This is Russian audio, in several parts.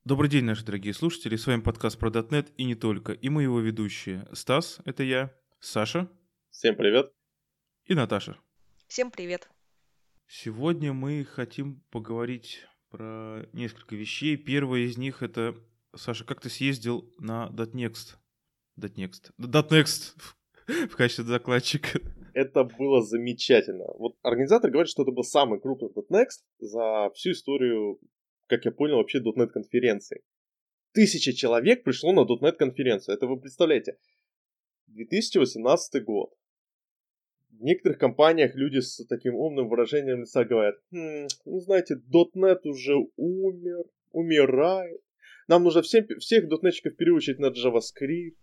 Добрый день, наши дорогие слушатели. С вами подкаст про .NET и не только. И мы его ведущие. Стас, это я, Саша Всем привет. и Наташа. Всем привет. Сегодня мы хотим поговорить про несколько вещей. Первое из них это, Саша, как ты съездил на .next в качестве докладчика? Это было замечательно. Вот организатор говорит, что это был самый крупный .next за всю историю, как я понял, вообще .NET конференции. 1000 человек пришло на .NET конференцию. Это вы представляете. 2018 год. В некоторых компаниях люди с таким умным выражением лица говорят: знаете, .NET уже умирает. Нам нужно всех .NETчиков переучить на JavaScript.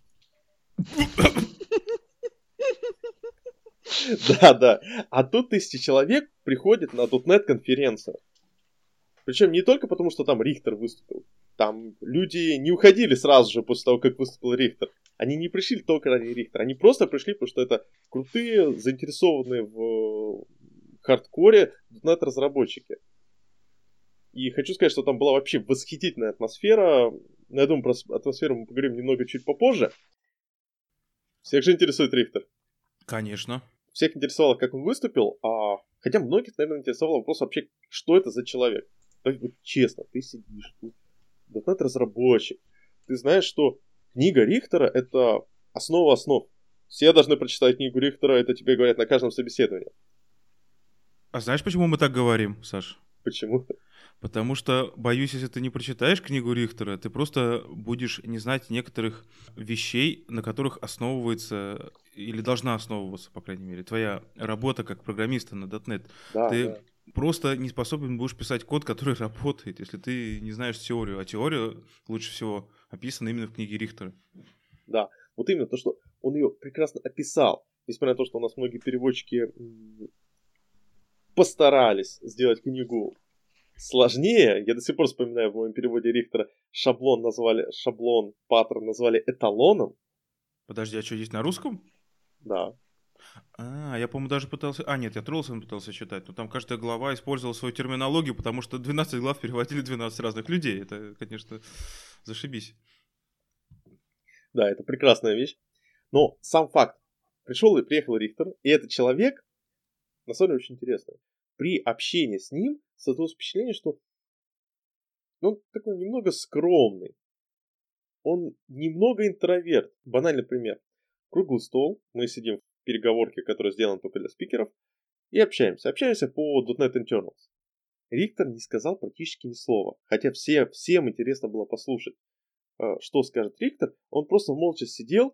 Да. А тут 1000 человек приходит на .NET конференцию. Причем не только потому, что там Рихтер выступил. Там люди не уходили сразу же после того, как выступил Рихтер. Они не пришли только ради Рихтера. Они просто пришли, потому что это крутые, заинтересованные в хардкоре .NET разработчики. И хочу сказать, что там была вообще восхитительная атмосфера. Я думаю, про атмосферу мы поговорим немного чуть попозже. Всех же интересует Рихтер. Конечно. Всех интересовало, как он выступил, хотя многих, наверное, интересовал вопрос вообще, что это за человек. То есть, вот, честно, ты сидишь, ты .NET-разработчик, ты знаешь, что книга Рихтера — это основа основ. Все должны прочитать книгу Рихтера, это тебе говорят на каждом собеседовании. А знаешь, почему мы так говорим, Саш? Почему? Потому что, боюсь, если ты не прочитаешь книгу Рихтера, ты просто будешь не знать некоторых вещей, на которых основывается или должна основываться, по крайней мере, твоя работа как программиста на .NET. Ты просто не способен будешь писать код, который работает, если ты не знаешь теорию. А теория лучше всего описана именно в книге Рихтера. Да, вот именно то, что он ее прекрасно описал. Несмотря на то, что у нас многие переводчики постарались сделать книгу сложнее. Я до сих пор вспоминаю в моем переводе Рихтера шаблон, паттерн назвали эталоном. Подожди, а что, есть на русском? Да. Я, по-моему, даже пытался... нет, я Троллсон пытался читать, но там каждая глава использовала свою терминологию, потому что 12 глав переводили 12 разных людей. Это, конечно, зашибись. Да, это прекрасная вещь. Но сам факт. Приехал Рихтер, и этот человек, на самом деле, очень интересный. При общении с ним создалось впечатление, что он такой немного скромный. Он немного интроверт. Банальный пример. Круглый стол, мы сидим в переговорке, которая сделана только для спикеров, и общаемся. Общаемся по .NET Internals. Рихтер не сказал практически ни слова, хотя всем интересно было послушать, что скажет Рихтер. Он просто молча сидел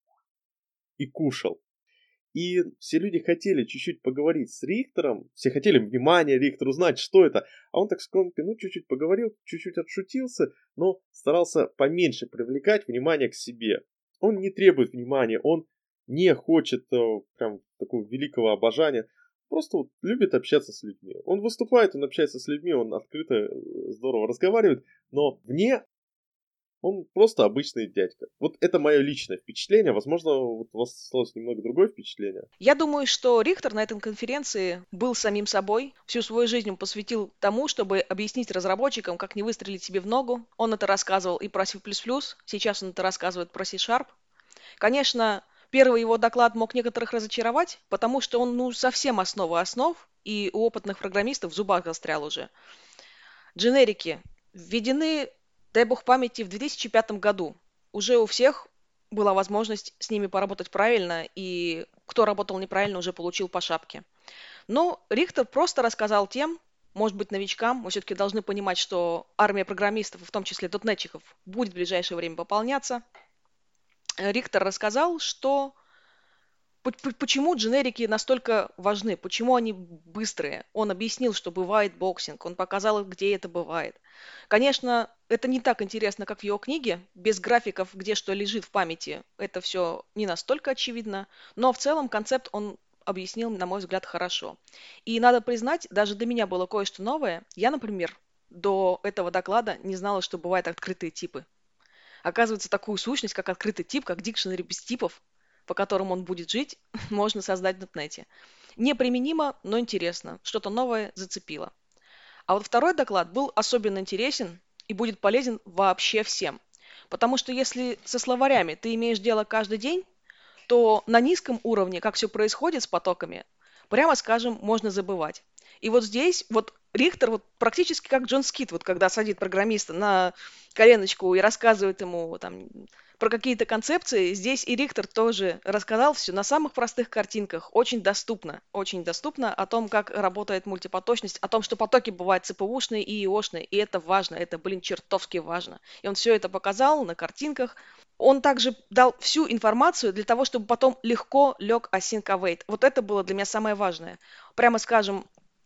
и кушал. И все люди хотели чуть-чуть поговорить с Рихтером, все хотели внимания Рихтеру, узнать, что это. А он так скромненько, чуть-чуть поговорил, чуть-чуть отшутился, но старался поменьше привлекать внимание к себе. Он не требует внимания, он не хочет прям такого великого обожания. Просто вот любит общаться с людьми. Он выступает, он общается с людьми, он открыто, здорово разговаривает, но вне он просто обычный дядька. Вот это мое личное впечатление. Возможно, вот у вас осталось немного другое впечатление. Я думаю, что Рихтер на этой конференции был самим собой. Всю свою жизнь он посвятил тому, чтобы объяснить разработчикам, как не выстрелить себе в ногу. Он это рассказывал и про C++, сейчас он это рассказывает про C#. Конечно, первый его доклад мог некоторых разочаровать, потому что он совсем основа основ, и у опытных программистов в зубах застрял уже. Дженерики введены, дай бог памяти, в 2005 году. Уже у всех была возможность с ними поработать правильно, и кто работал неправильно, уже получил по шапке. Но Рихтер просто рассказал тем, может быть, новичкам, мы все-таки должны понимать, что армия программистов, в том числе дотнетчиков, будет в ближайшее время пополняться. Рихтер рассказал, что почему дженерики настолько важны, почему они быстрые. Он объяснил, что бывает боксинг, он показал, где это бывает. Конечно, это не так интересно, как в его книге. Без графиков, где что лежит в памяти, это все не настолько очевидно. Но в целом концепт он объяснил, на мой взгляд, хорошо. И надо признать, даже для меня было кое-что новое. Я, например, до этого доклада не знала, что бывают открытые типы. Оказывается, такую сущность, как открытый тип, как дикшенери без типов, по которым он будет жить, можно создать в .NET. Неприменимо, но интересно. Что-то новое зацепило. А вот второй доклад был особенно интересен, и будет полезен вообще всем. Потому что если со словарями ты имеешь дело каждый день, то на низком уровне, как все происходит с потоками, прямо скажем, можно забывать. И вот здесь вот Рихтер вот практически как Джон Скит, вот когда садит программиста на коленочку и рассказывает ему там про какие-то концепции, здесь и Рихтер тоже рассказал все на самых простых картинках, очень доступно о том, как работает мультипоточность, о том, что потоки бывают ЦПУшные и ИОшные, и это важно, это, чертовски важно. И он все это показал на картинках. Он также дал всю информацию для того, чтобы потом легко лег async await. Вот это было для меня самое важное. Прямо скажем,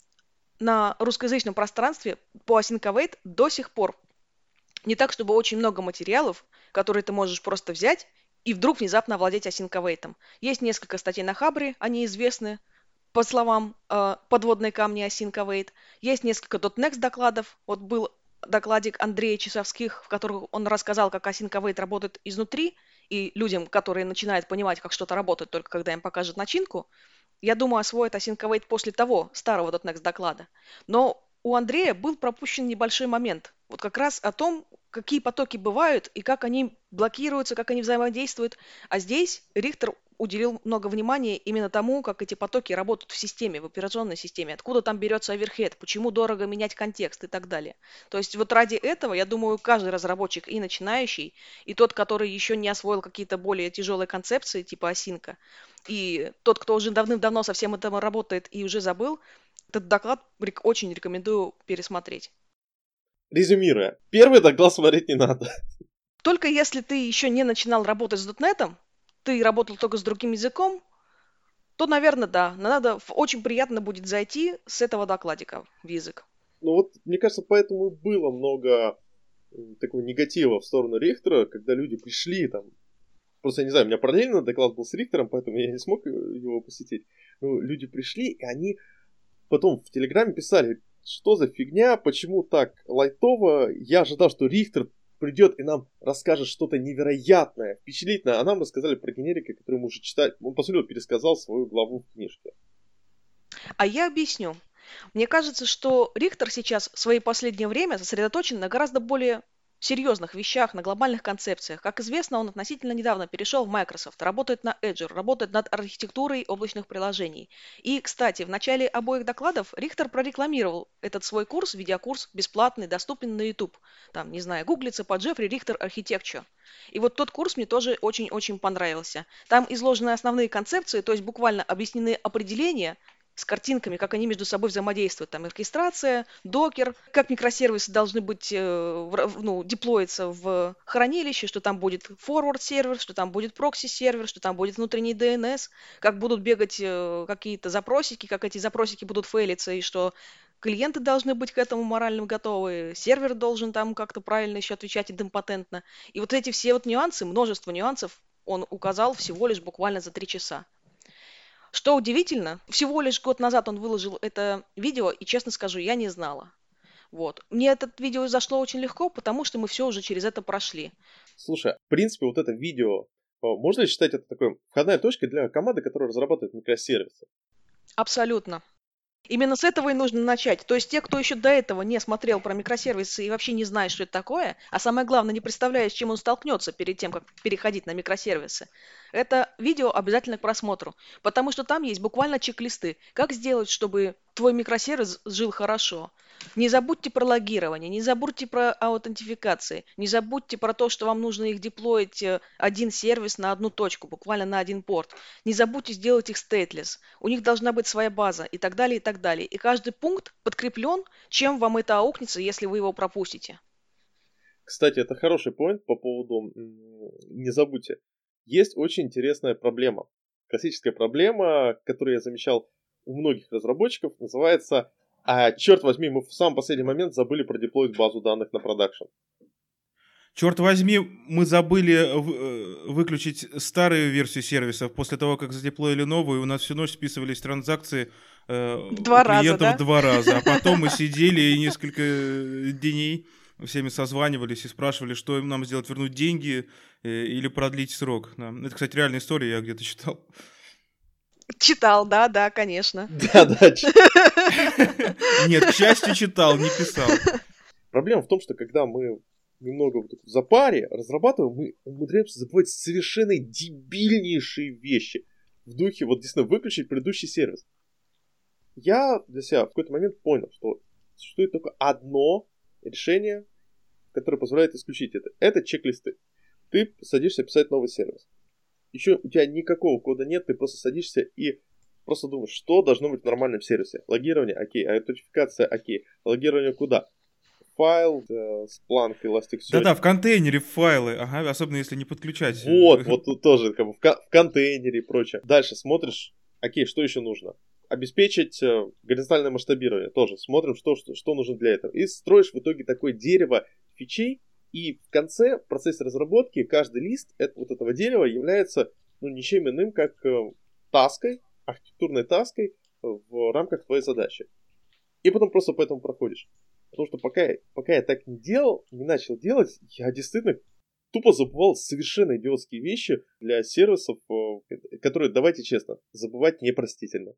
на русскоязычном пространстве по async await до сих пор не так, чтобы очень много материалов, которые ты можешь просто взять и вдруг внезапно овладеть async await. Есть несколько статей на Хабре, они известны по словам подводные камни async await. Есть несколько .next докладов. Вот был докладик Андрея Часовских, в котором он рассказал, как async await работает изнутри, и людям, которые начинают понимать, как что-то работает, только когда им покажут начинку, я думаю, освоят async await после того старого .next доклада. Но у Андрея был пропущен небольшой момент. Вот как раз о том, какие потоки бывают и как они блокируются, как они взаимодействуют. А здесь Рихтер уделил много внимания именно тому, как эти потоки работают в системе, в операционной системе, откуда там берется оверхед, почему дорого менять контекст и так далее. То есть вот ради этого, я думаю, каждый разработчик и начинающий, и тот, который еще не освоил какие-то более тяжелые концепции типа асинка, и тот, кто уже давным-давно со всем этим работает и уже забыл, этот доклад очень рекомендую пересмотреть. Резюмируя, первый доклад смотреть не надо. Только если ты еще не начинал работать с .NET, ты работал только с другим языком, то, наверное, да, очень приятно будет зайти с этого докладика в язык. Ну вот, мне кажется, поэтому и было много такого негатива в сторону Рихтера, когда люди пришли там. Просто я не знаю, у меня параллельно доклад был с Рихтером, поэтому я не смог его посетить. Но люди пришли, и они потом в Телеграме писали, что за фигня, почему так лайтово. Я ожидал, что Рихтер придет и нам расскажет что-то невероятное, впечатлительное. А нам рассказали про генерика, который мы уже читали. Он, по сути, пересказал свою главу в книжке. А я объясню. Мне кажется, что Рихтер сейчас в свое последнее время сосредоточен на гораздо более серьезных вещах, на глобальных концепциях. Как известно, он относительно недавно перешел в Microsoft, работает на Azure, работает над архитектурой облачных приложений. И, кстати, в начале обоих докладов Рихтер прорекламировал этот свой курс, видеокурс, бесплатный, доступен на YouTube. Там, не знаю, гуглится по Джеффри Рихтер Architecture. И вот тот курс мне тоже очень-очень понравился. Там изложены основные концепции, то есть буквально объяснены определения, с картинками, как они между собой взаимодействуют. Там оркестрация, докер, как микросервисы должны быть, деплоиться в хранилище, что там будет forward сервер, что там будет прокси сервер, что там будет внутренний DNS, как будут бегать какие-то запросики, как эти запросики будут фейлиться, и что клиенты должны быть к этому морально готовы, сервер должен там как-то правильно еще отвечать идемпотентно. И вот эти все вот нюансы, множество нюансов он указал всего лишь буквально за 3 часа. Что удивительно, всего лишь год назад он выложил это видео, и, честно скажу, я не знала. Вот. Мне это видео зашло очень легко, потому что мы все уже через это прошли. Слушай, в принципе, вот это видео, можно ли считать это такой входной точкой для команды, которая разрабатывает микросервисы? Абсолютно. Именно с этого и нужно начать. То есть те, кто еще до этого не смотрел про микросервисы и вообще не знает, что это такое, а самое главное, не представляет, с чем он столкнется перед тем, как переходить на микросервисы, это видео обязательно к просмотру, потому что там есть буквально чек-листы. Как сделать, чтобы твой микросервис жил хорошо? Не забудьте про логирование, не забудьте про аутентификации, не забудьте про то, что вам нужно их деплоить один сервис на одну точку, буквально на один порт. Не забудьте сделать их stateless. У них должна быть своя база и так далее, и так далее. И каждый пункт подкреплен, чем вам это аукнется, если вы его пропустите. Кстати, это хороший поинт по поводу «не забудьте». Есть очень интересная проблема. Классическая проблема, которую я замечал у многих разработчиков, называется «А черт возьми, мы в самый последний момент забыли продеплоить базу данных на продакшн». Черт возьми, мы забыли выключить старую версию сервисов. После того, как задеплоили новую, у нас всю ночь списывались транзакции клиентов 2 раза. А потом мы сидели и несколько дней всеми созванивались и спрашивали, что им нам сделать, вернуть деньги или продлить срок. Да. Это, кстати, реальная история, я где-то читал. Читал, да, конечно. Да. Нет, к счастью, читал, не писал. Проблема в том, что когда мы немного в запаре разрабатываем, мы умудряемся забывать совершенно дебильнейшие вещи. В духе, вот действительно, выключить предыдущий сервис. Я для себя в какой-то момент понял, что существует только одно решение, которое позволяет исключить это. Это чек-листы. Ты садишься писать новый сервис. Еще у тебя никакого кода нет, ты просто садишься и просто думаешь, что должно быть в нормальном сервисе. Логирование, окей, аутентификация, окей. Логирование куда? Файл, Splunk, Elasticsearch. Да-да, в контейнере файлы, ага, особенно если не подключать. Вот тут тоже как бы в контейнере и прочее. Дальше смотришь, окей, что еще нужно? Обеспечить горизонтальное масштабирование. Тоже смотрим, что нужно для этого. И строишь в итоге такое дерево фичей. И в конце, в процессе разработки, каждый лист вот этого дерева является ничем иным, как таской, архитектурной таской в рамках твоей задачи. И потом просто по этому проходишь. Потому что пока я так не начал делать, я действительно тупо забывал совершенно идиотские вещи для сервисов, которые, давайте честно, забывать непростительно.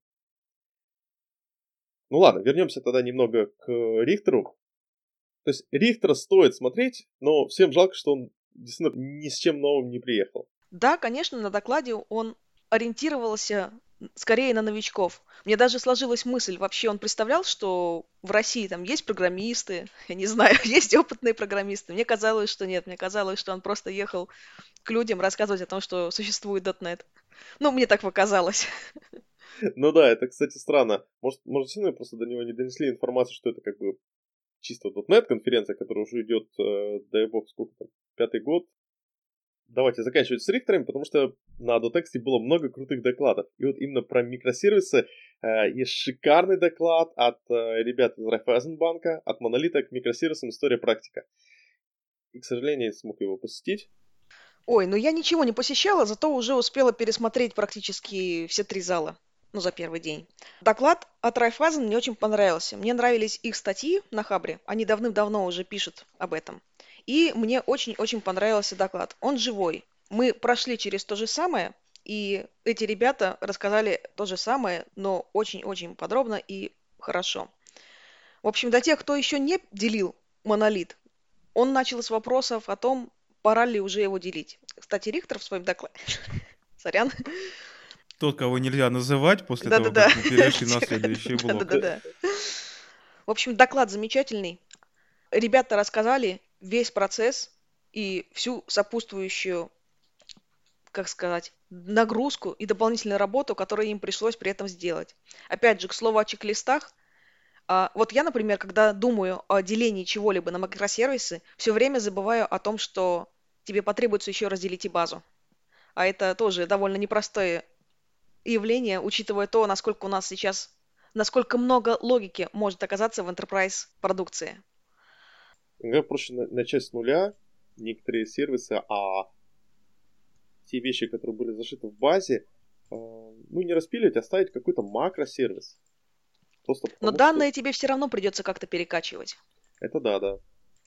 Ну ладно, вернемся тогда немного к Рихтеру. То есть Рихтера стоит смотреть, но всем жалко, что он действительно ни с чем новым не приехал. Да, конечно, на докладе он ориентировался скорее на новичков. Мне даже сложилась мысль, вообще он представлял, что в России там есть программисты, я не знаю, есть опытные программисты. Мне казалось, что нет, мне казалось, что он просто ехал к людям рассказывать о том, что существует .NET. Ну, мне так показалось. Ну да, это, кстати, странно. Может, сильно просто до него не донесли информацию, что это как бы чисто .NET конференция, которая уже идет, дай бог, сколько там, 5-й год. Давайте заканчивать с Рихтерами, потому что на Дотексте было много крутых докладов. И вот именно про микросервисы есть шикарный доклад от ребят из Райффайзенбанка, от Монолита к микросервисам «История практика». И, к сожалению, не смог его посетить. Ой, ну я ничего не посещала, зато уже успела пересмотреть практически все 3 зала. Ну, за первый день. Доклад от Райффайзен мне очень понравился. Мне нравились их статьи на Хабре. Они давным-давно уже пишут об этом. И мне очень-очень понравился доклад. Он живой. Мы прошли через то же самое, и эти ребята рассказали то же самое, но очень-очень подробно и хорошо. В общем, для тех, кто еще не делил монолит, он начал с вопросов о том, пора ли уже его делить. Кстати, Рихтер в своем докладе... Сорян. Тот, кого нельзя называть после того, Да-да-да. как мы перешли на следующий блок. Да-да-да. В общем, доклад замечательный. Ребята рассказали весь процесс и всю сопутствующую, как сказать, нагрузку и дополнительную работу, которую им пришлось при этом сделать. Опять же, к слову о чек-листах. Вот я, например, когда думаю о делении чего-либо на микросервисы, все время забываю о том, что тебе потребуется еще разделить и базу. А это тоже довольно непростое явление, учитывая то, насколько у нас сейчас, насколько много логики может оказаться в enterprise продукции. Иногда проще начать с нуля некоторые сервисы, а те вещи, которые были зашиты в базе, не распиливать, а ставить какой-то макросервис. Просто Но потому, данные тебе все равно придется как-то перекачивать. Это да.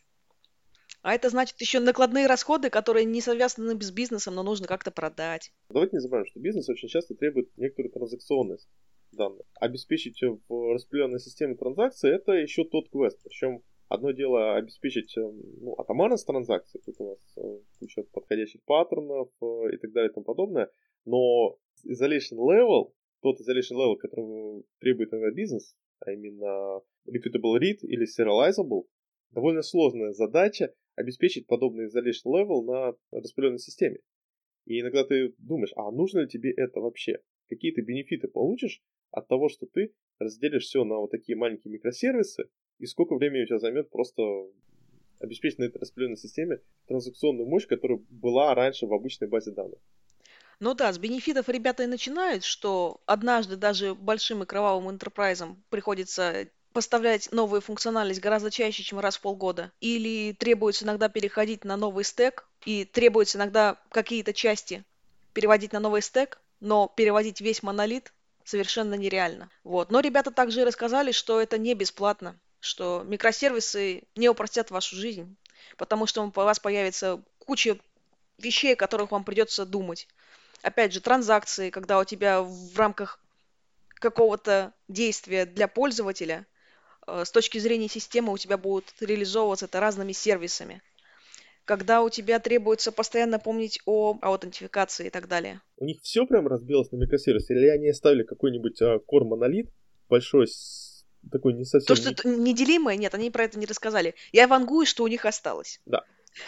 А это значит еще накладные расходы, которые не связаны с бизнесом, но нужно как-то продать. Давайте не забываем, что бизнес очень часто требует некоторую транзакционность данных. Обеспечить в распределенной системе транзакций — это еще тот квест. Причем одно дело обеспечить атомарность транзакций, тут у нас куча подходящих паттернов и так далее и тому подобное, но isolation level, тот isolation level, который требует иногда бизнес, а именно repeatable read или serializable, довольно сложная задача обеспечить подобный isolation level на распределенной системе. И иногда ты думаешь, а нужно ли тебе это вообще? Какие ты бенефиты получишь от того, что ты разделишь все на вот такие маленькие микросервисы, и сколько времени у тебя займет просто обеспечить на этой распределенной системе транзакционную мощь, которая была раньше в обычной базе данных. Ну да, с бенефитов ребята и начинают, что однажды даже большим и кровавым энтерпрайзам приходится поставлять новую функциональность гораздо чаще, чем раз в полгода. Или требуется иногда переходить на новый стек, и требуется иногда какие-то части переводить на новый стек, но переводить весь монолит совершенно нереально. Вот. Но ребята также и рассказали, что это не бесплатно, что микросервисы не упростят вашу жизнь, потому что у вас появится куча вещей, о которых вам придется думать. Опять же, транзакции, когда у тебя в рамках какого-то действия для пользователя с точки зрения системы у тебя будут реализовываться это разными сервисами. Когда у тебя требуется постоянно помнить о аутентификации и так далее. У них все прям разбилось на микросервисы? Или они оставили какой-нибудь core монолит большой, такой не совсем... То, что это неделимое, нет, они про это не рассказали. Я вангую, что у них осталось. Да.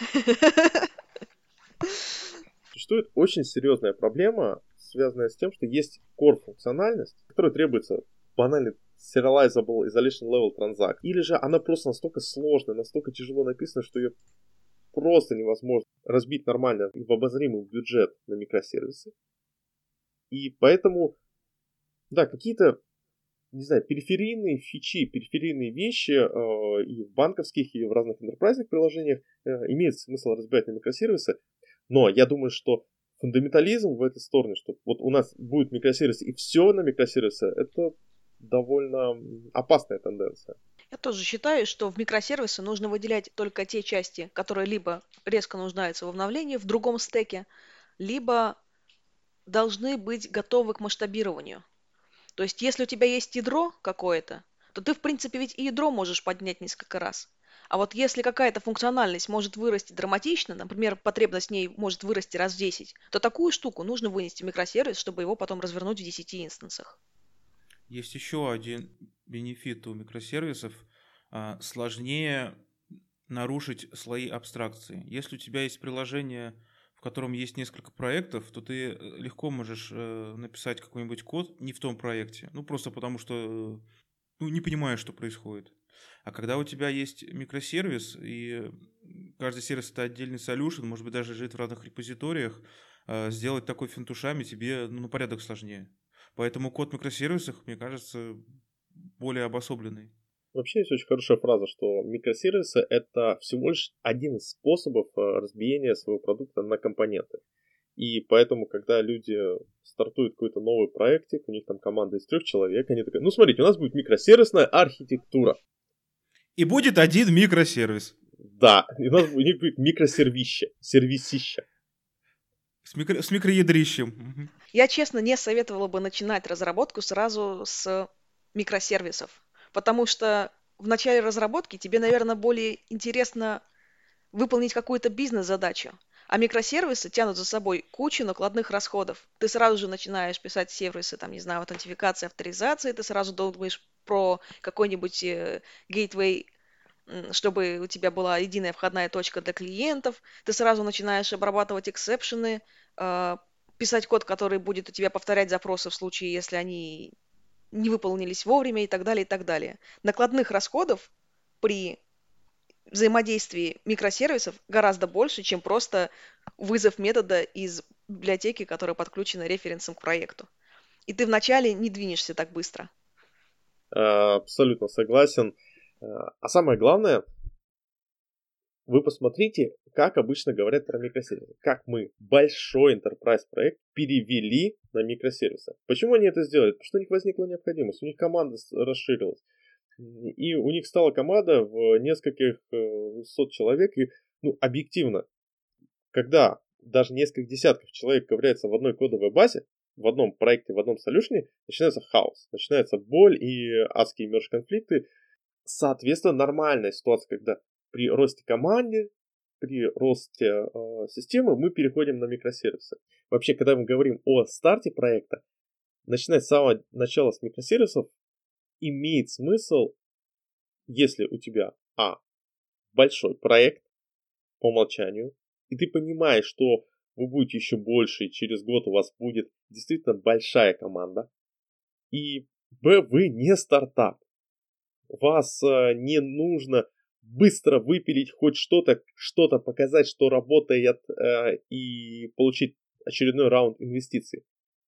Существует очень серьезная проблема, связанная с тем, что есть core-функциональность, которая требуется банально serializable isolation level транзакт. Или же она просто настолько сложная, настолько тяжело написана, что ее просто невозможно разбить нормально в обозримый бюджет на микросервисы. И поэтому, да, какие-то, не знаю, периферийные фичи, периферийные вещи и в банковских, и в разных enterprise приложениях имеет смысл разбивать на микросервисы. Но я думаю, что фундаментализм в этой стороне, что вот у нас будет микросервис и все на микросервисы, это довольно опасная тенденция. Я тоже считаю, что в микросервисы нужно выделять только те части, которые либо резко нуждаются в обновлении в другом стеке, либо должны быть готовы к масштабированию. То есть, если у тебя есть ядро какое-то, то ты, в принципе, ведь и ядро можешь поднять несколько раз. А вот если какая-то функциональность может вырасти драматично, например, потребность в ней может вырасти раз в 10, то такую штуку нужно вынести в микросервис, чтобы его потом развернуть в 10 инстансах. Есть еще один бенефит у микросервисов. Сложнее нарушить слои абстракции. Если у тебя есть приложение, в котором есть несколько проектов, то ты легко можешь написать какой-нибудь код не в том проекте. Ну, просто потому что не понимаешь, что происходит. А когда у тебя есть микросервис, и каждый сервис — это отдельный solution, может быть, даже лежит в разных репозиториях, сделать такой финтушами тебе на порядок сложнее. Поэтому код в микросервисах, мне кажется, более обособленный. Вообще есть очень хорошая фраза, что микросервисы — это всего лишь один из способов разбиения своего продукта на компоненты. И поэтому, когда люди стартуют какой-то новый проектик, у них там команда из 3 человек, они такие, ну смотрите, у нас будет микросервисная архитектура. И будет один микросервис. Да, и у них будет микросервище, сервисище. С микроядрищем. Я, честно, не советовала бы начинать разработку сразу с микросервисов, потому что в начале разработки тебе, наверное, более интересно выполнить какую-то бизнес-задачу, а микросервисы тянут за собой кучу накладных расходов. Ты сразу же начинаешь писать сервисы, там, не знаю, аутентификации, авторизации, ты сразу думаешь про какой-нибудь gateway, чтобы у тебя была единая входная точка для клиентов, ты сразу начинаешь обрабатывать эксепшены, писать код, который будет у тебя повторять запросы в случае, если они не выполнились вовремя и так далее, и так далее. Накладных расходов при взаимодействии микросервисов гораздо больше, чем просто вызов метода из библиотеки, которая подключена референсом к проекту. И ты вначале не двинешься так быстро. Абсолютно согласен. А самое главное, вы посмотрите, как обычно говорят про микросервисы. Как мы большой enterprise проект перевели на микросервисы. Почему они это сделали? Потому что у них возникла необходимость, у них команда расширилась. И у них стала команда в нескольких сот человек. И, объективно, когда даже несколько десятков человек ковыряются в одной кодовой базе, в одном проекте, в одном солюшне, начинается хаос, начинается боль и адские мерж-конфликты. Соответственно, нормальная ситуация, когда при росте команды, при росте системы мы переходим на микросервисы. Вообще, когда мы говорим о старте проекта, начинать с самого начала с микросервисов имеет смысл, если у тебя большой проект по умолчанию, и ты понимаешь, что вы будете еще больше, и через год у вас будет действительно большая команда, и вы не стартап. Вас не нужно быстро выпилить хоть что-то показать, что работает, и получить очередной раунд инвестиций.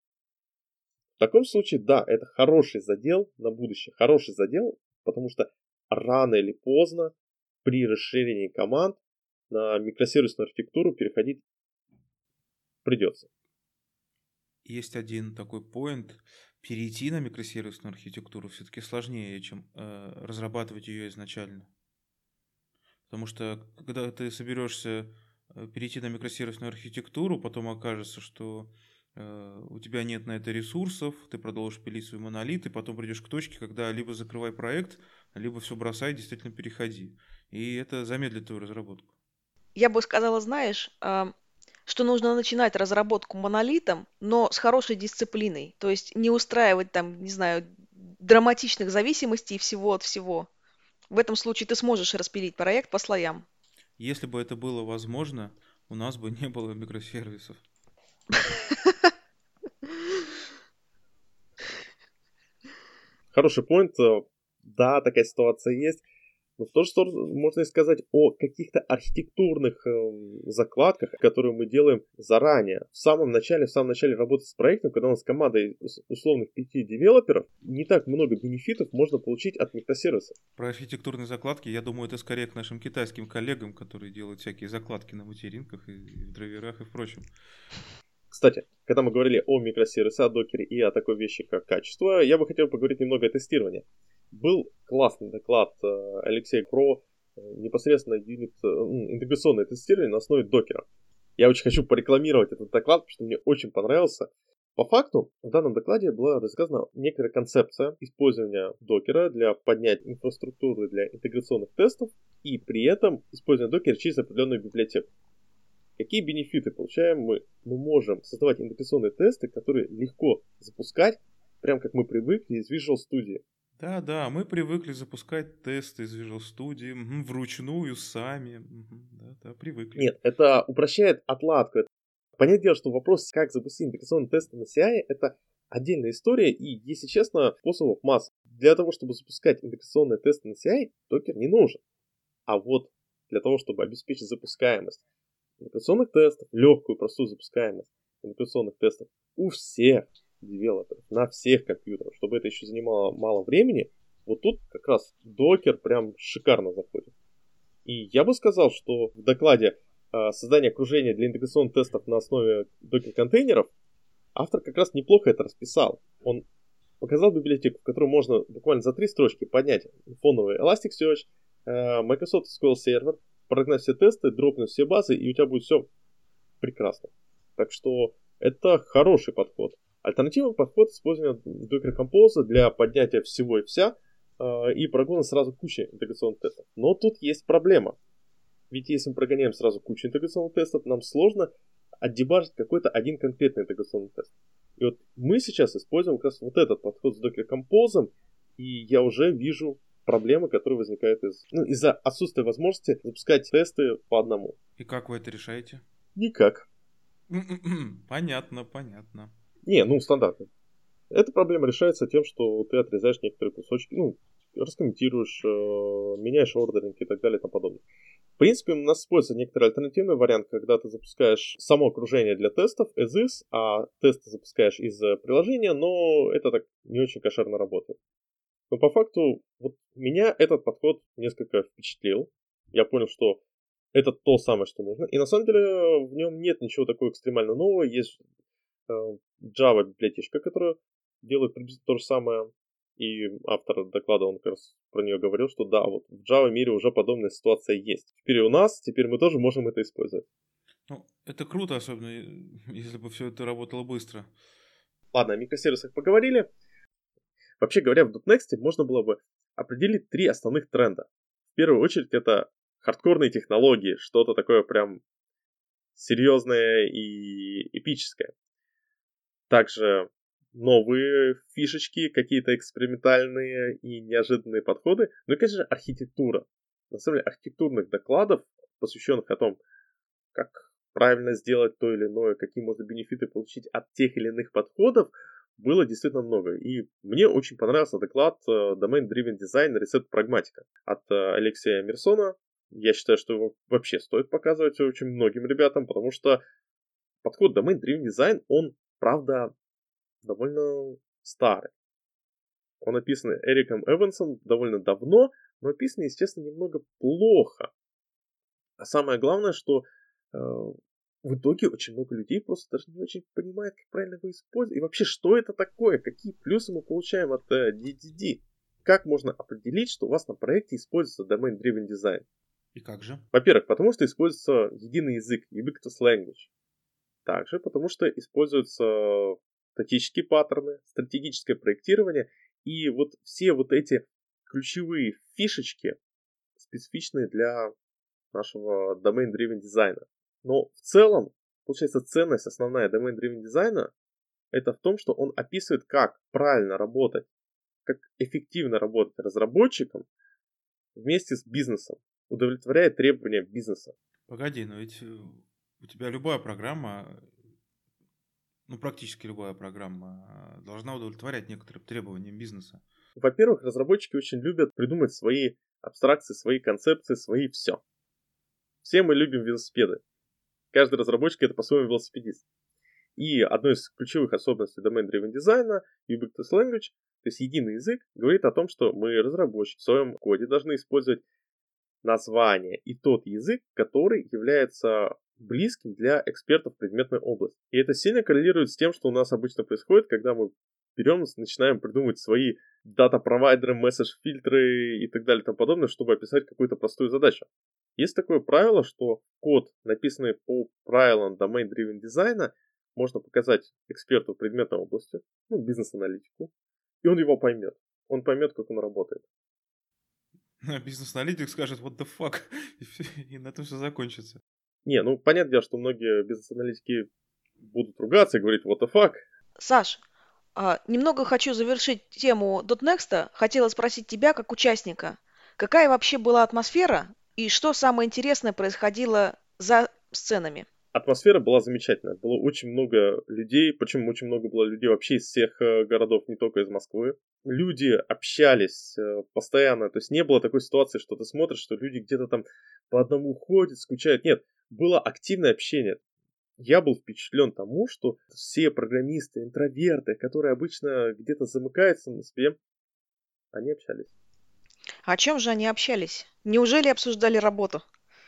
В таком случае, да, это хороший задел на будущее. Хороший задел, потому что рано или поздно при расширении команд на микросервисную архитектуру переходить придется. Есть один такой поинт. Перейти на микросервисную архитектуру все-таки сложнее, чем разрабатывать ее изначально. Потому что когда ты соберешься перейти на микросервисную архитектуру, потом окажется, что у тебя нет на это ресурсов, ты продолжишь пилить свой монолит, и потом придешь к точке, когда либо закрывай проект, либо все бросай, действительно переходи. И это замедлит твою разработку. Я бы сказала, знаешь, что нужно начинать разработку монолитом, но с хорошей дисциплиной. То есть не устраивать там, не знаю, драматичных зависимостей всего от всего. В этом случае ты сможешь распилить проект по слоям. Если бы это было возможно, у нас бы не было микросервисов. Хороший поинт. Да, такая ситуация есть. Но в то же сторону можно и сказать о каких-то архитектурных закладках, которые мы делаем заранее. В самом начале работы с проектом, когда у нас команда из условных 5 девелоперов, не так много бенефитов можно получить от микросервисов. Про архитектурные закладки, я думаю, это скорее к нашим китайским коллегам, которые делают всякие закладки на материнках и в драйверах и в прочем. Кстати, когда мы говорили о микросервисе, о докере и о такой вещи, как качество, я бы хотел поговорить немного о тестировании. Был классный доклад Алексея про непосредственно интеграционное тестирование на основе докера. Я очень хочу порекламировать этот доклад, потому что мне очень понравился. По факту, в данном докладе была рассказана некоторая концепция использования докера для поднятия инфраструктуры для интеграционных тестов и при этом использования докера через определенную библиотеку. Какие бенефиты получаем мы? Мы можем создавать интеграционные тесты, которые легко запускать, прям как мы привыкли из Visual Studio. Да, мы привыкли запускать тесты из Visual Studio вручную, сами. Да, привыкли. Нет, это упрощает отладку. Понятное дело, что вопрос, как запустить интеграционные тесты на CI, это отдельная история, и, если честно, способов масса. Для того, чтобы запускать интеграционные тесты на CI, докер не нужен. А вот для того, чтобы обеспечить запускаемость интеграционных тестов, легкую, простую запускаемость интеграционных тестов у всех девелоперов, на всех компьютерах, чтобы это еще занимало мало времени, вот тут как раз докер прям шикарно заходит. И я бы сказал, что в докладе создания окружения для интеграционных тестов на основе докер-контейнеров автор как раз неплохо это расписал. Он показал библиотеку, в которую можно буквально за 3 строчки поднять фоновый Elasticsearch, Microsoft SQL Server, прогнать все тесты, дропнуть все базы, и у тебя будет все прекрасно. Так что это хороший подход. Альтернативный подход использования Docker Compose для поднятия всего и вся и прогона сразу кучи интеграционных тестов. Но тут есть проблема. Ведь если мы прогоняем сразу кучу интеграционных тестов, нам сложно отдебажить какой-то один конкретный интеграционный тест. И вот мы сейчас используем как раз вот этот подход с Docker Compose, и я уже вижу проблемы, которые возникают из-за отсутствия возможности запускать тесты по одному. И как вы это решаете? Никак. Понятно. Стандартно. Эта проблема решается тем, что ты отрезаешь некоторые кусочки, раскомментируешь, меняешь ордеринг и так далее и тому подобное. В принципе, у нас используется некоторый альтернативный вариант, когда ты запускаешь само окружение для тестов as is, а тесты запускаешь из приложения, но это так не очень кошерно работает. Но по факту, вот меня этот подход несколько впечатлил. Я понял, что это то самое, что нужно. И на самом деле в нем нет ничего такого экстремально нового. Есть Java библиотечка, которая делает приблизительно то же самое. И автор доклада, он как раз про нее говорил, что да, вот в Java мире уже подобная ситуация есть. Теперь и у нас, теперь мы тоже можем это использовать. Это круто, особенно если бы все это работало быстро. Ладно, о микросервисах поговорили. Вообще говоря, в .next можно было бы определить 3 основных тренда. В первую очередь это хардкорные технологии, что-то такое прям серьезное и эпическое. Также новые фишечки, какие-то экспериментальные и неожиданные подходы. Ну и, конечно же, архитектура. На самом деле, архитектурных докладов, посвященных о том, как правильно сделать то или иное, какие можно бенефиты получить от тех или иных подходов, было действительно много. И мне очень понравился доклад Domain Driven Design Reset Pragmatica от Алексея Мерсона. Я считаю, что его вообще стоит показывать очень многим ребятам, потому что подход Domain Driven Design, он, правда, довольно старый. Он написан Эриком Эвансом довольно давно, но описан, естественно, немного плохо. А самое главное, что в итоге очень много людей просто даже не очень понимают, как правильно его использовать. И вообще, что это такое? Какие плюсы мы получаем от DDD? Как можно определить, что у вас на проекте используется Domain Driven Design? И как же? Во-первых, потому что используется единый язык, Ubiquitous Language. Также потому что используются статические паттерны, стратегическое проектирование. И вот все вот эти ключевые фишечки, специфичные для нашего domain-driven дизайна. Но в целом, получается, ценность основная domain-driven дизайна это в том, что он описывает, как правильно работать, как эффективно работать разработчиком вместе с бизнесом, удовлетворяя требования бизнеса. Погоди, но ведь у тебя любая программа, ну практически любая программа, должна удовлетворять некоторым требованиям бизнеса. Во-первых, разработчики очень любят придумать свои абстракции, свои концепции, свои все. Все мы любим велосипеды. Каждый разработчик это по-своему велосипедист. И одной из ключевых особенностей domain-driven дизайна, ubiquitous language, то есть единый язык, говорит о том, что мы, разработчики, в своем коде должны использовать название и тот язык, который является близким для экспертов предметной области. И это сильно коррелирует с тем, что у нас обычно происходит, когда мы берем, начинаем придумывать свои дата-провайдеры, месседж-фильтры и так далее и тому подобное, чтобы описать какую-то простую задачу. Есть такое правило, что код, написанный по правилам domain-driven дизайна, можно показать эксперту предметной области, бизнес-аналитику, и он его поймет. Он поймет, как он работает. Бизнес-аналитик скажет what the fuck, и на этом все закончится. Не, понятное дело, что многие бизнес-аналитики будут ругаться и говорить what the fuck. Саш, немного хочу завершить тему .next. Хотела спросить тебя, как участника, какая вообще была атмосфера и что самое интересное происходило за сценами? Атмосфера была замечательная. Было очень много людей, причем очень много было людей вообще из всех городов, не только из Москвы. Люди общались постоянно, то есть не было такой ситуации, что ты смотришь, что люди где-то там по одному ходят, скучают. Нет, было активное общение. Я был впечатлен тому, что все программисты, интроверты, которые обычно где-то замыкаются на себе, они общались. О чем же они общались? Неужели обсуждали работу?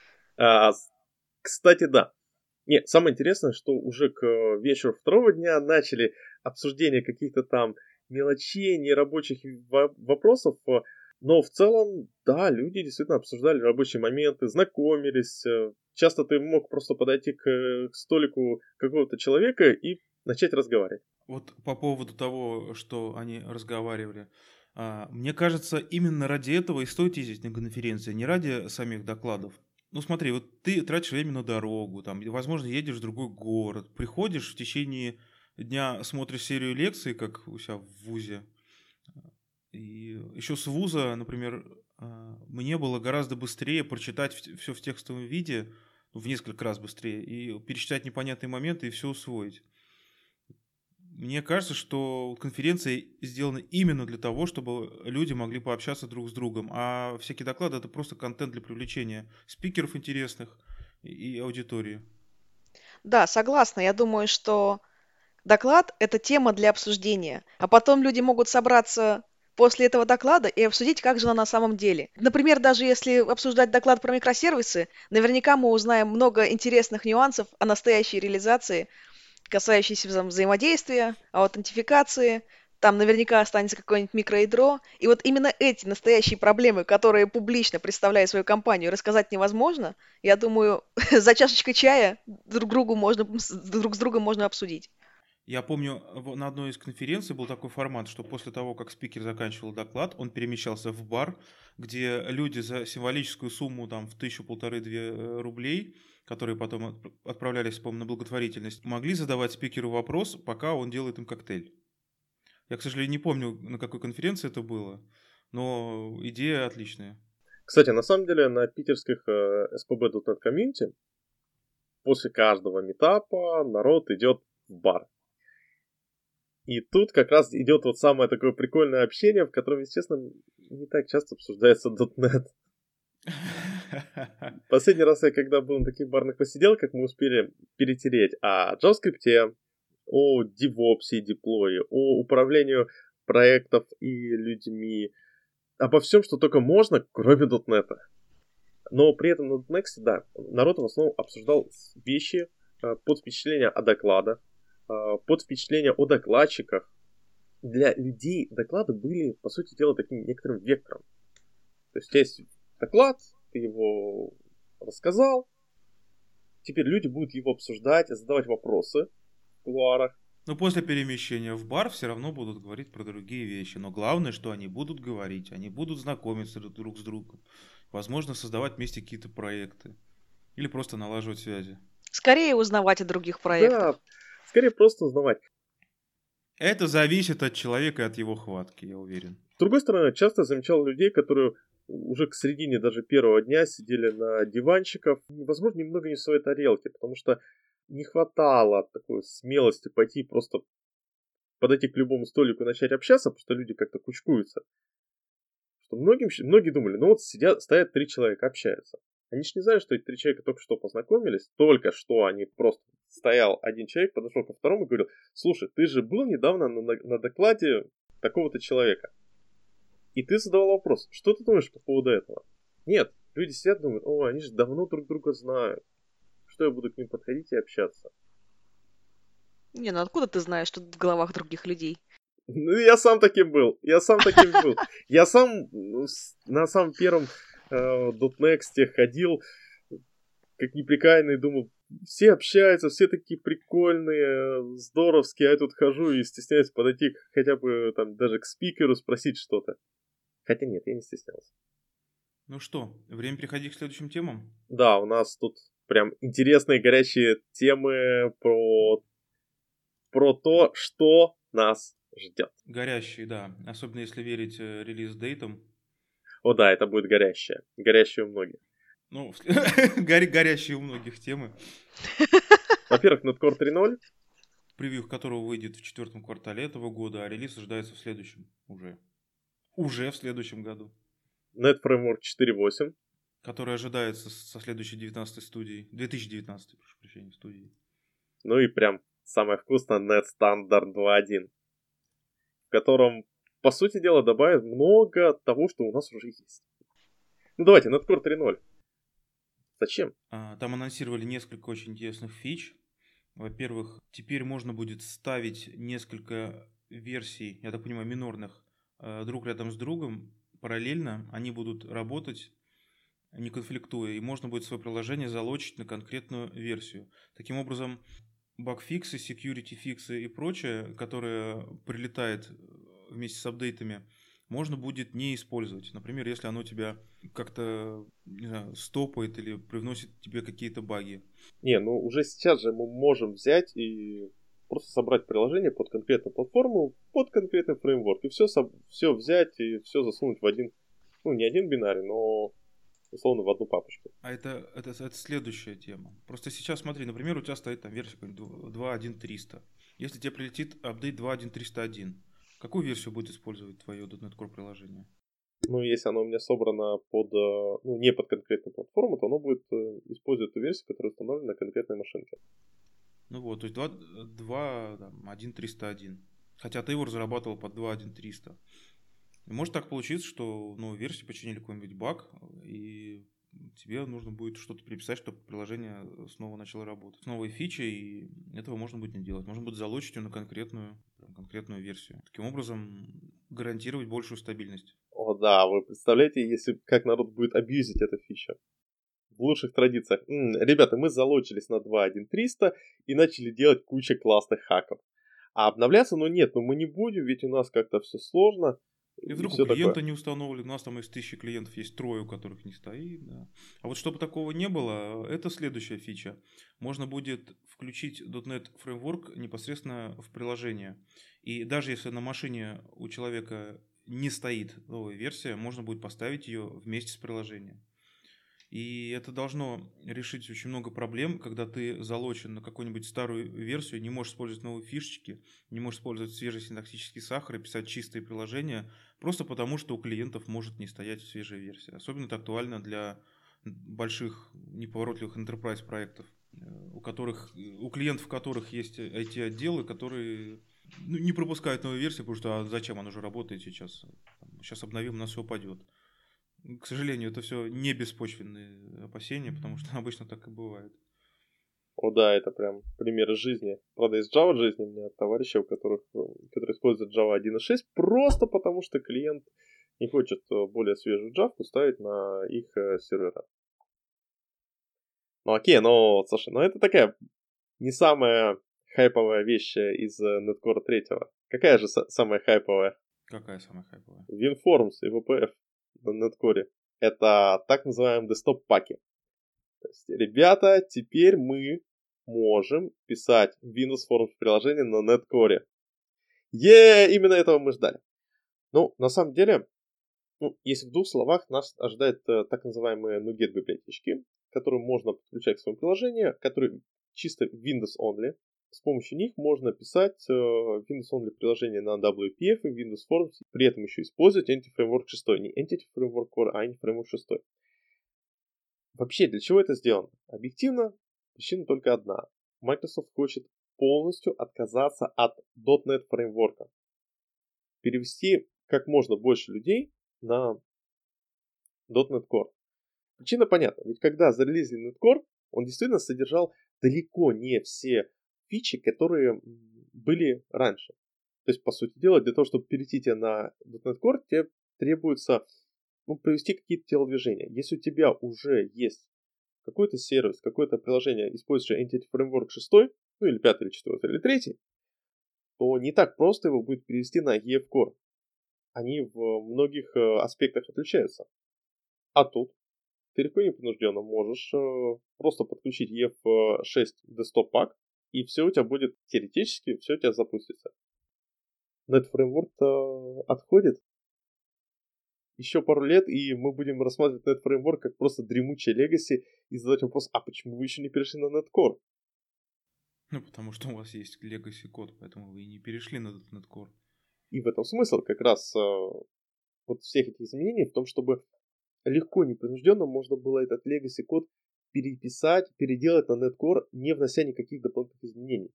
Кстати, да. Нет, самое интересное, что уже к вечеру второго дня начали обсуждение каких-то там мелочей, нерабочих вопросов, но в целом, да, люди действительно обсуждали рабочие моменты, знакомились. Часто ты мог просто подойти к столику какого-то человека и начать разговаривать. Вот по поводу того, что они разговаривали, мне кажется, именно ради этого и стоит ездить на конференции, не ради самих докладов. Ну смотри, вот ты тратишь время на дорогу, там, возможно, едешь в другой город, приходишь в течение дня, смотришь серию лекций, как у себя в вузе, и еще с вуза, например, мне было гораздо быстрее прочитать все в текстовом виде, в несколько раз быстрее, и перечитать непонятные моменты и все усвоить. Мне кажется, что конференция сделана именно для того, чтобы люди могли пообщаться друг с другом, а всякие доклады — это просто контент для привлечения спикеров интересных и аудитории. Да, согласна. Я думаю, что доклад – это тема для обсуждения, а потом люди могут собраться после этого доклада и обсудить, как же она на самом деле. Например, даже если обсуждать доклад про микросервисы, наверняка мы узнаем много интересных нюансов о настоящей реализации, касающиеся взаимодействия, аутентификации, там наверняка останется какое-нибудь микроядро. И вот именно эти настоящие проблемы, которые публично представляют свою компанию, рассказать невозможно, я думаю, за чашечкой чая друг с другом можно обсудить. Я помню, на одной из конференций был такой формат, что после того, как спикер заканчивал доклад, он перемещался в бар, где люди за символическую сумму там, в 1000-1500-2 рублей, которые потом отправлялись, по-моему, на благотворительность, могли задавать спикеру вопрос, пока он делает им коктейль. Я, к сожалению, не помню, на какой конференции это было, но идея отличная. Кстати, на самом деле на питерских spb.net комьюнити после каждого митапа народ идет в бар. И тут как раз идет вот самое такое прикольное общение, в котором, естественно, не так часто обсуждается .NET. Последний раз я когда был на таких барных посиделках, мы успели перетереть о JavaScript, о DevOps и деплое, о управлении проектов и людьми, обо всем, что только можно, кроме .NET. Но при этом на .NET, да, народ в основном обсуждал вещи под впечатление о докладах, под впечатление о докладчиках. Для людей доклады были, по сути дела, таким некоторым вектором. То есть у тебя есть доклад, ты его рассказал, теперь люди будут его обсуждать, задавать вопросы в кулуарах, Но после перемещения в бар все равно будут говорить про другие вещи. Но главное, что они будут говорить, они будут знакомиться друг с другом. Возможно, создавать вместе какие-то проекты. Или просто налаживать связи. Скорее узнавать о других проектах. Да, скорее просто узнавать. Это зависит от человека и от его хватки, я уверен. С другой стороны, часто замечал людей, которые уже к середине даже первого дня сидели на диванчиках, возможно, немного не в своей тарелке, потому что не хватало такой смелости пойти просто подойти к любому столику и начать общаться, потому что люди как-то кучкуются. Что многие думали, ну вот стоят 3 человека, общаются. Они же не знают, что эти 3 человека только что познакомились, только что они просто стоял один человек, подошел ко второму и говорил: слушай, ты же был недавно на докладе такого-то человека. И ты задавал вопрос, что ты думаешь по поводу этого? Нет, люди сидят и думают: о, они же давно друг друга знают. Что я буду к ним подходить и общаться? Не, ну откуда ты знаешь, что в головах других людей? Ну, я сам таким был. Я сам на самом первом .next ходил, как неприкаянный, думал, все общаются, все такие прикольные, здоровские, а я тут хожу и стесняюсь подойти хотя бы там даже к спикеру спросить что-то. Хотя нет, я не стеснялся. Ну что, время переходить к следующим темам? Да, у нас тут прям интересные горячие темы про то, что нас ждет. Горящие, да. Особенно если верить релиз-дейтам. О да, это будет горящее. Горящее у многих. Ну, горящие у многих темы. Во-первых, Netcore 3.0. Превью которого выйдет в 4 квартале этого года, а релиз ожидается в следующем уже. Уже в следующем году. Net Framework 4.8. Который ожидается со следующей 2019 прошу прощения, студии. Ну и прям самое вкусное Net Standard 2.1. В котором, по сути дела, добавят много того, что у нас уже есть. Ну давайте, Netcore 3.0. Зачем? Там анонсировали несколько очень интересных фич. Во-первых, теперь можно будет ставить несколько версий, я так понимаю, минорных, друг рядом с другом, параллельно. Они будут работать, не конфликтуя, и можно будет свое приложение залочить на конкретную версию. Таким образом, багфиксы, security-фиксы и прочее, которое прилетает вместе с апдейтами, можно будет не использовать. Например, если оно тебя как-то, не знаю, стопает или привносит тебе какие-то баги. Не, ну уже сейчас же мы можем взять и просто собрать приложение под конкретную платформу, под конкретный фреймворк, и все взять и все засунуть в один, ну не один бинарий, но условно в одну папочку. А это следующая тема. Просто сейчас смотри, например, у тебя стоит там версия 2.1.300. Если тебе прилетит апдейт 2.1.301, какую версию будет использовать твое .NET Core приложение? Ну, если оно у меня собрано не под конкретную платформу, то оно будет использовать ту версию, которая установлена на конкретной машинке. Ну вот, то есть 2.1.301. Хотя ты его разрабатывал под 2.1.300. И может так получиться, что в новой версии починили какой-нибудь баг, и тебе нужно будет что-то переписать, чтобы приложение снова начало работать. С новой фичей, и этого можно будет не делать. Можно будет залочить ее на конкретную версию. Таким образом, гарантировать большую стабильность. О да, вы представляете, если как народ будет абьюзить эту фичу? В лучших традициях. Ребята, мы залочились на 2.1.300 и начали делать кучу классных хаков. А обновляться, нет, мы не будем, ведь у нас как-то все сложно. И вдруг у клиента не установлен, у нас там из 1000 клиентов есть 3, у которых не стоит. Да. А вот чтобы такого не было, это следующая фича. Можно будет включить .NET Framework непосредственно в приложение. И даже если на машине у человека не стоит новая версия, можно будет поставить ее вместе с приложением. И это должно решить очень много проблем, когда ты залочен на какую-нибудь старую версию, не можешь использовать новые фишечки, не можешь использовать свежий синтаксический сахар и писать чистые приложения, просто потому что у клиентов может не стоять свежая версия. Особенно это актуально для больших неповоротливых enterprise проектов, у клиентов которых есть IT-отделы, которые не пропускают новую версию, потому что зачем она уже работает сейчас? Сейчас обновим, у нас все упадет. К сожалению, это все не беспочвенные опасения, потому что обычно так и бывает. О да, это прям пример жизни. Правда, из Java жизни у меня товарищи, которые используют Java 1.6, просто потому что клиент не хочет более свежую Java ставить на их сервера. Ну окей, слушай, это такая не самая хайповая вещь из Netcore 3. Какая же самая хайповая? Какая самая хайповая? WinForms и WPF на Netcore. Это так называемые десктоп-паки. То есть, ребята, теперь мы можем писать Windows Forms приложение на Netcore. Именно этого мы ждали. Ну, на самом деле, если в двух словах, нас ожидают так называемые NuGet библиотечки, которые можно подключать к своему приложению, которые чисто Windows only. С помощью них можно писать Windows only приложение на WPF и Windows Forms, при этом еще использовать Entity Framework 6. Не Entity Framework Core, а Entity Framework 6. Вообще, для чего это сделано? Объективно, причина только одна. Microsoft хочет полностью отказаться от .NET фреймворка. Перевести как можно больше людей на .NET Core. Причина понятна. Ведь когда зарелизили .NET Core, он действительно содержал далеко не все фичи, которые были раньше. То есть, по сути дела, для того, чтобы перейти тебе на .NET Core, тебе требуется провести какие-то телодвижения. Если у тебя уже есть какой-то сервис, какое-то приложение, использующее Entity Framework 6, или 5, или 4, или 3, то не так просто его будет перевести на EF Core. Они в многих аспектах отличаются. А тут ты легко и непринужденно можешь просто подключить EF6 Desktop Pack, и все у тебя будет теоретически, все у тебя запустится. Net Framework отходит. Еще пару лет, и мы будем рассматривать Net Framework как просто дремучее legacy и задать вопрос, а почему вы еще не перешли на Net Core? Потому что у вас есть legacy код, поэтому вы и не перешли на .NET Core. И в этом смысл как раз всех этих изменений, в том, чтобы легко, непринужденно можно было этот legacy код переписать, переделать на Net Core, не внося никаких дополнительных изменений.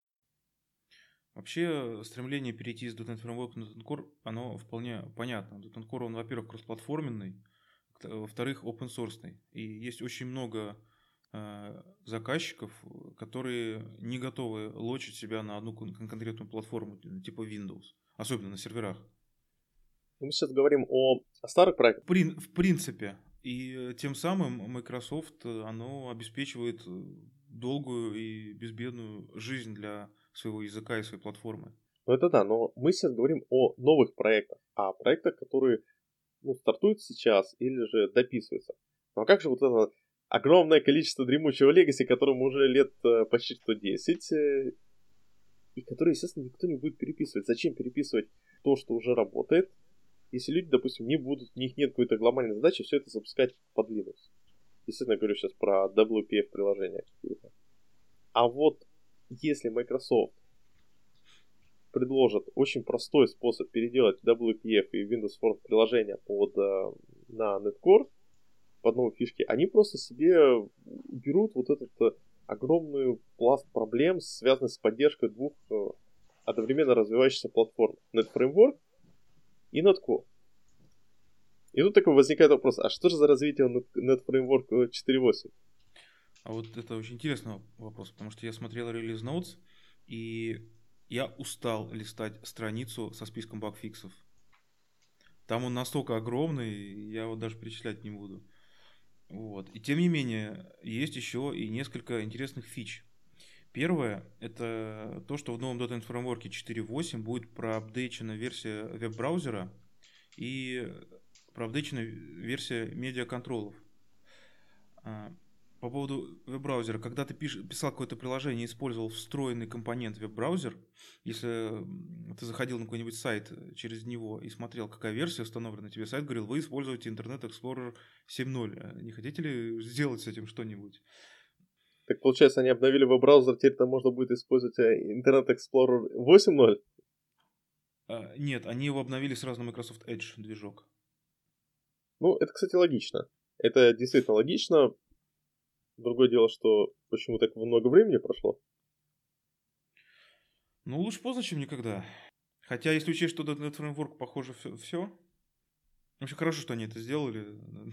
Вообще, стремление перейти из .NET Framework на .NET Core, оно вполне понятно. .NET Core, он, во-первых, кроссплатформенный, во-вторых, open-source. И есть очень много заказчиков, которые не готовы лочить себя на одну конкретную платформу, типа Windows, особенно на серверах. Мы сейчас говорим о старых проектах. В принципе. И тем самым Microsoft, оно обеспечивает долгую и безбедную жизнь для своего языка и своей платформы. Это да, но мы сейчас говорим о новых проектах, о проектах, которые стартуют сейчас или же дописываются. Ну а как же вот это огромное количество дремучего легаси, которому уже лет почти 110, и которые, естественно, никто не будет переписывать. Зачем переписывать то, что уже работает, если люди, допустим, не будут, у них нет какой-то глобальной задачи все это запускать под Linux. Естественно, я говорю сейчас про WPF приложения какие-то. А вот если Microsoft предложит очень простой способ переделать WPF и Windows Forms приложения на Net Core под новые фишки, они просто себе берут вот этот огромный пласт проблем, связанных с поддержкой двух одновременно развивающихся платформ. Net Framework и Net Core. И тут такой возникает вопрос, а что же за развитие Net Framework 4.8? А вот это очень интересный вопрос, потому что я смотрел Release Notes, и я устал листать страницу со списком багфиксов. Там он настолько огромный, я его даже перечислять не буду. Вот. И тем не менее, есть еще и несколько интересных фич. Первое, это то, что в новом .NET Framework 4.8 будет проапдейчена версия веб-браузера и проапдейчена версия медиаконтролов. По поводу веб-браузера, когда ты писал какое-то приложение и использовал встроенный компонент веб-браузер, если ты заходил на какой-нибудь сайт через него и смотрел, какая версия установлена, тебе сайт говорил, вы используете Internet Explorer 7.0. Не хотите ли сделать с этим что-нибудь? Так получается, они обновили веб-браузер, теперь там можно будет использовать Internet Explorer 8.0? Нет, они его обновили сразу на Microsoft Edge движок. Ну, это, кстати, логично. Это действительно логично. Другое дело, что почему так много времени прошло. Ну, лучше поздно, чем никогда. Хотя, если учесть, что .NET Framework, похоже, все. Вообще хорошо, что они это сделали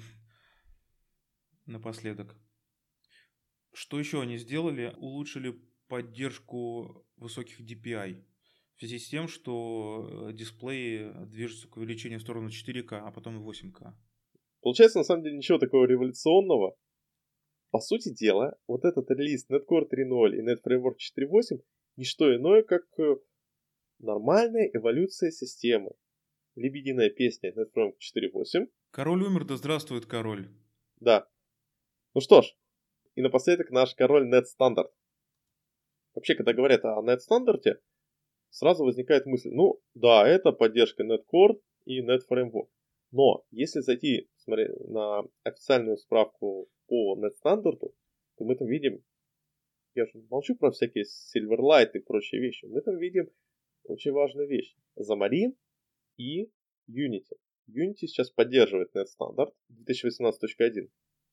напоследок. Что еще они сделали? Улучшили поддержку высоких DPI. В связи с тем, что дисплеи движутся к увеличению в сторону 4К, а потом и 8К. Получается, на самом деле, ничего такого революционного. По сути дела, вот этот релиз Net Core 3.0 и Net Framework 4.8 не что иное, как нормальная эволюция системы. Лебединая песня NetFramework 4.8. Король умер, да здравствует король. Да. Ну что ж, и напоследок наш король NetStandard. Вообще, когда говорят о NetStandard, сразу возникает мысль, ну да, это поддержка NetCore и NetFramework. Но если зайти на официальную справку по NetStandard, то мы там видим, я же молчу про всякие Silverlight и прочие вещи, мы там видим очень важную вещь. Xamarin и Unity. Unity сейчас поддерживает NetStandard 2018.1.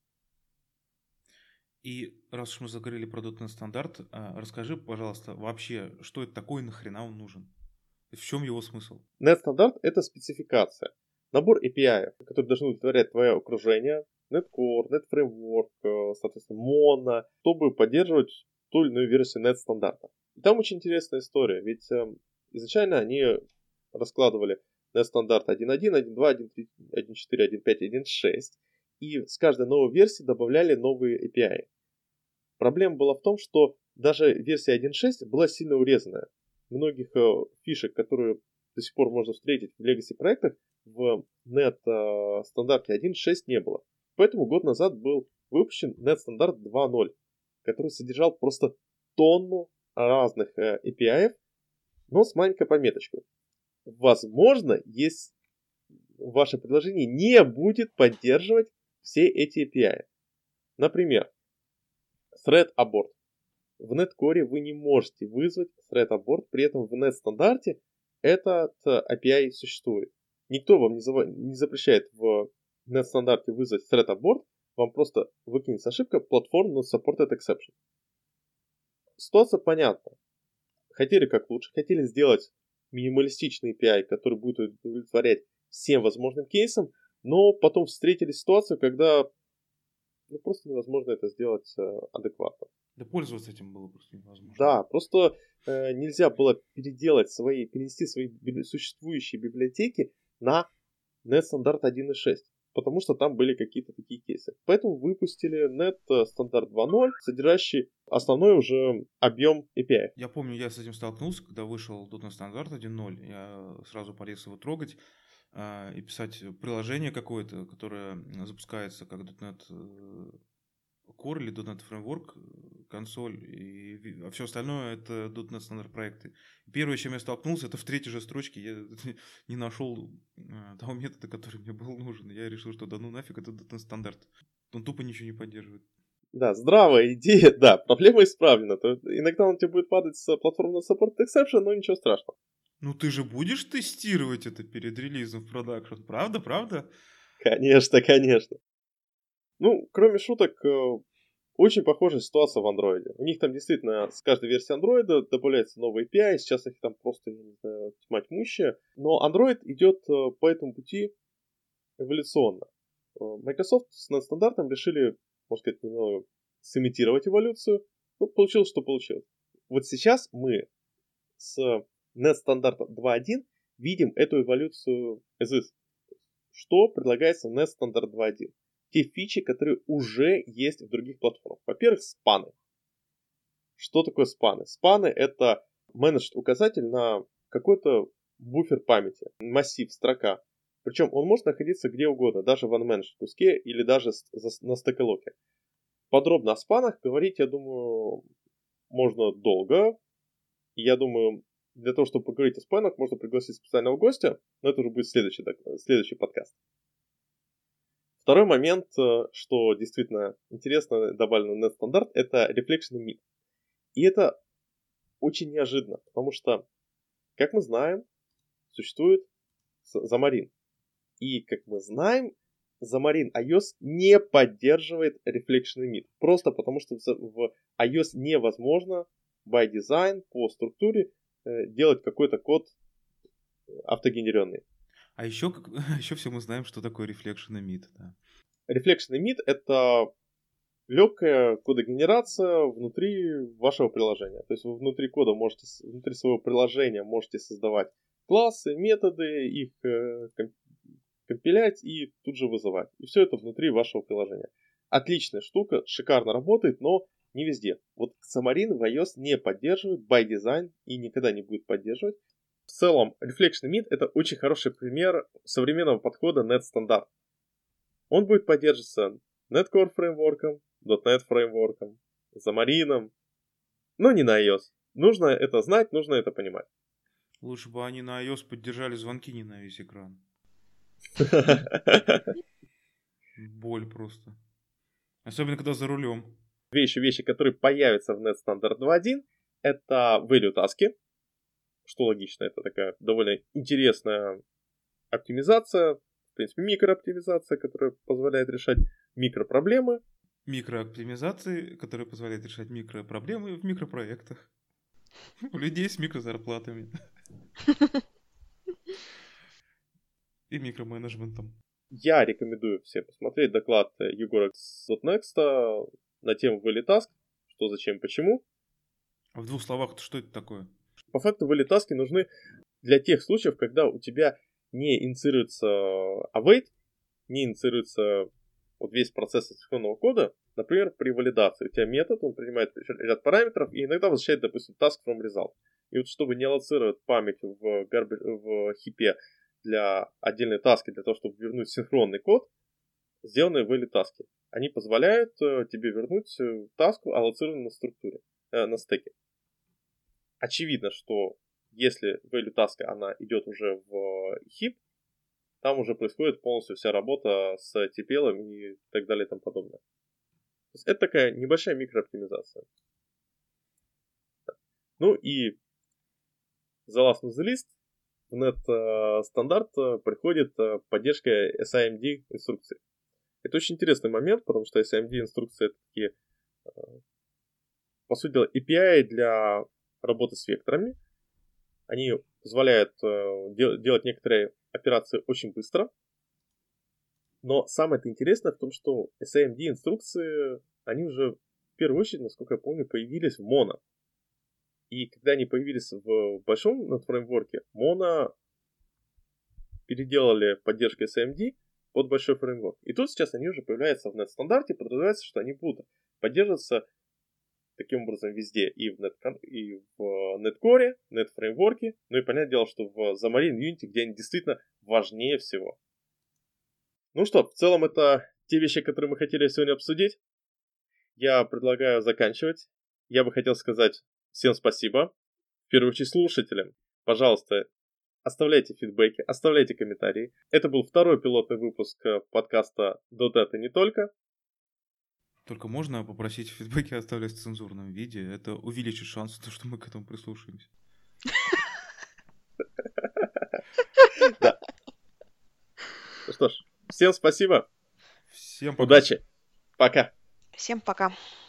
И раз уж мы заговорили про .NET стандарт, расскажи, пожалуйста, вообще, что это такое и нахрена он нужен? В чем его смысл? NetStandard — это спецификация. Набор API, который должны удовлетворять твое окружение, NetCore, NetFramework, соответственно, Mono, чтобы поддерживать ту или иную версию NetStandard. И там очень интересная история, ведь изначально они раскладывали NetStandard 1.1, 1.2, 1.3, 1.4, 1.5, 1.6, и с каждой новой версии добавляли новые API. Проблема была в том, что даже версия 1.6 была сильно урезанная. Многих фишек, которые до сих пор можно встретить в Legacy проектах, в Net стандарте 1.6 не было. Поэтому год назад был выпущен Net стандарт 2.0, который содержал просто тонну разных API, но с маленькой пометочкой. Возможно, если ваше приложение не будет поддерживать все эти API. Например, Thread Abort. В NetCore вы не можете вызвать Thread Abort, при этом в Net стандарте этот API существует. Никто вам не запрещает в Net стандарте вызвать Thread Abort, вам просто выкинется ошибка Platform not supported exception. Ситуация понятна. Хотели как лучше, хотели сделать минималистичный API, который будет удовлетворять всем возможным кейсам, но потом встретили ситуацию, когда просто невозможно это сделать адекватно. Да пользоваться этим было просто невозможно. Да, просто нельзя было перенести свои существующие библиотеки на NetStandard 1.6, потому что там были какие-то такие кейсы. Поэтому выпустили NetStandard 2.0, содержащий основной уже объем API. Я помню, я с этим столкнулся, когда вышел .NET стандарт 1.0. Я сразу полез его трогать и писать приложение какое-то, которое запускается как .NET Core или .NET Framework, консоль, а все остальное это .NET стандарт проекты. Первое, с чем я столкнулся, это в третьей же строчке я не нашел того метода, который мне был нужен. Я решил, что да ну нафиг, это .NET стандарт. Он тупо ничего не поддерживает. Да, здравая идея, да, проблема исправлена. Иногда он тебе будет падать с платформы Support Exception, но ничего страшного. Ну ты же будешь тестировать это перед релизом в продакшн, правда, правда? Конечно, конечно. Ну, кроме шуток, очень похожая ситуация в Android. У них там действительно с каждой версии Android добавляется новый API, сейчас их там просто, я не знаю, тьма тьмущая. Но Android идет по этому пути эволюционно. Microsoft с NetStandard решили, можно сказать, немного сымитировать эволюцию. Ну, получилось, что получилось. Вот сейчас мы с NetStandard 2.1 видим эту эволюцию as is. Что предлагается в NetStandard 2.1? Те фичи, которые уже есть в других платформах. Во-первых, спаны. Что такое спаны? Спаны — это managed указатель на какой-то буфер памяти, массив, строка. Причем он может находиться где угодно, даже в unmanaged куске или даже на стеколоке. Подробно о спанах говорить, я думаю, можно долго. И я думаю, для того, чтобы поговорить о спанах, можно пригласить специального гостя, но это уже будет следующий подкаст. Второй момент, что действительно интересно добавлено в NetStandard, это Reflection Emit. И это очень неожиданно, потому что, как мы знаем, существует Xamarin. И, как мы знаем, Xamarin iOS не поддерживает Reflection Emit. Просто потому, что в iOS невозможно by design по структуре делать какой-то код автогенерированный. А еще все мы знаем, что такое Reflection Emit. Да. Reflection Emit — это легкая кодогенерация внутри вашего приложения. То есть вы внутри своего приложения можете создавать классы, методы, их компилять и тут же вызывать. И все это внутри вашего приложения. Отличная штука, шикарно работает, но не везде. Вот Xamarin в iOS не поддерживает by design и никогда не будет поддерживать. В целом, Reflection Mint это очень хороший пример современного подхода net-стандарт. Он будет поддерживаться Netcore фреймворком, .NET фреймворком, Xamarin, но не на iOS. Нужно это знать, нужно это понимать. Лучше бы они на iOS поддержали звонки не на весь экран. Боль просто. Особенно, когда за рулем. Две еще вещи, которые появятся в NetStandard 2.1, это value таски, что логично, это такая довольно интересная оптимизация, в принципе, микрооптимизация, которая позволяет решать микропроблемы. Микрооптимизации, которые позволяют решать микропроблемы в микропроектах. У людей с микрозарплатами. И микроменеджментом. Я рекомендую всем посмотреть доклад Егора .next на тему value task, что, зачем, почему. А в двух словах, что это такое? По факту value таски нужны для тех случаев, когда у тебя не инициируется await, не инициируется вот весь процесс асинхронного кода. Например, при валидации у тебя метод, он принимает ряд параметров и иногда возвращает, допустим, task from result. И вот чтобы не аллоцировать память в хипе для отдельной таски, для того, чтобы вернуть синхронный код, сделаны value таски. Они позволяют тебе вернуть таску, аллоцированную на структуре, на стеке. Очевидно, что если value таска, она идет уже в хип, там уже происходит полностью вся работа с TPL и так далее и тому подобное. То есть это такая небольшая микрооптимизация. Ну и the last on the list, в net стандарт приходит поддержка SIMD инструкций. Это очень интересный момент, потому что SIMD инструкции это такие, по сути дела, API для работы с векторами. Они позволяют делать некоторые операции очень быстро. Но самое интересное в том, что SIMD инструкции, они уже в первую очередь, насколько я помню, появились в Mono. И когда они появились в большом фреймворке, Mono переделали поддержку SIMD под большой фреймворк. И тут сейчас они уже появляются в net-стандарте, подразумевается, что они будут поддерживаться таким образом везде, и в Netcore, net-фреймворке, ну и понятное дело, что в Xamarin Unity, где они действительно важнее всего. Ну что, в целом это те вещи, которые мы хотели сегодня обсудить. Я предлагаю заканчивать. Я бы хотел сказать всем спасибо. В первую очередь слушателям. Пожалуйста, оставляйте фидбэки, оставляйте комментарии. Это был второй пилотный выпуск подкаста .NET и не только. Только можно попросить фидбэки оставлять в цензурном виде. Это увеличит шанс, что мы к этому прислушаемся. Да. Ну что ж, всем спасибо. Всем пока. Удачи. Пока. Всем пока.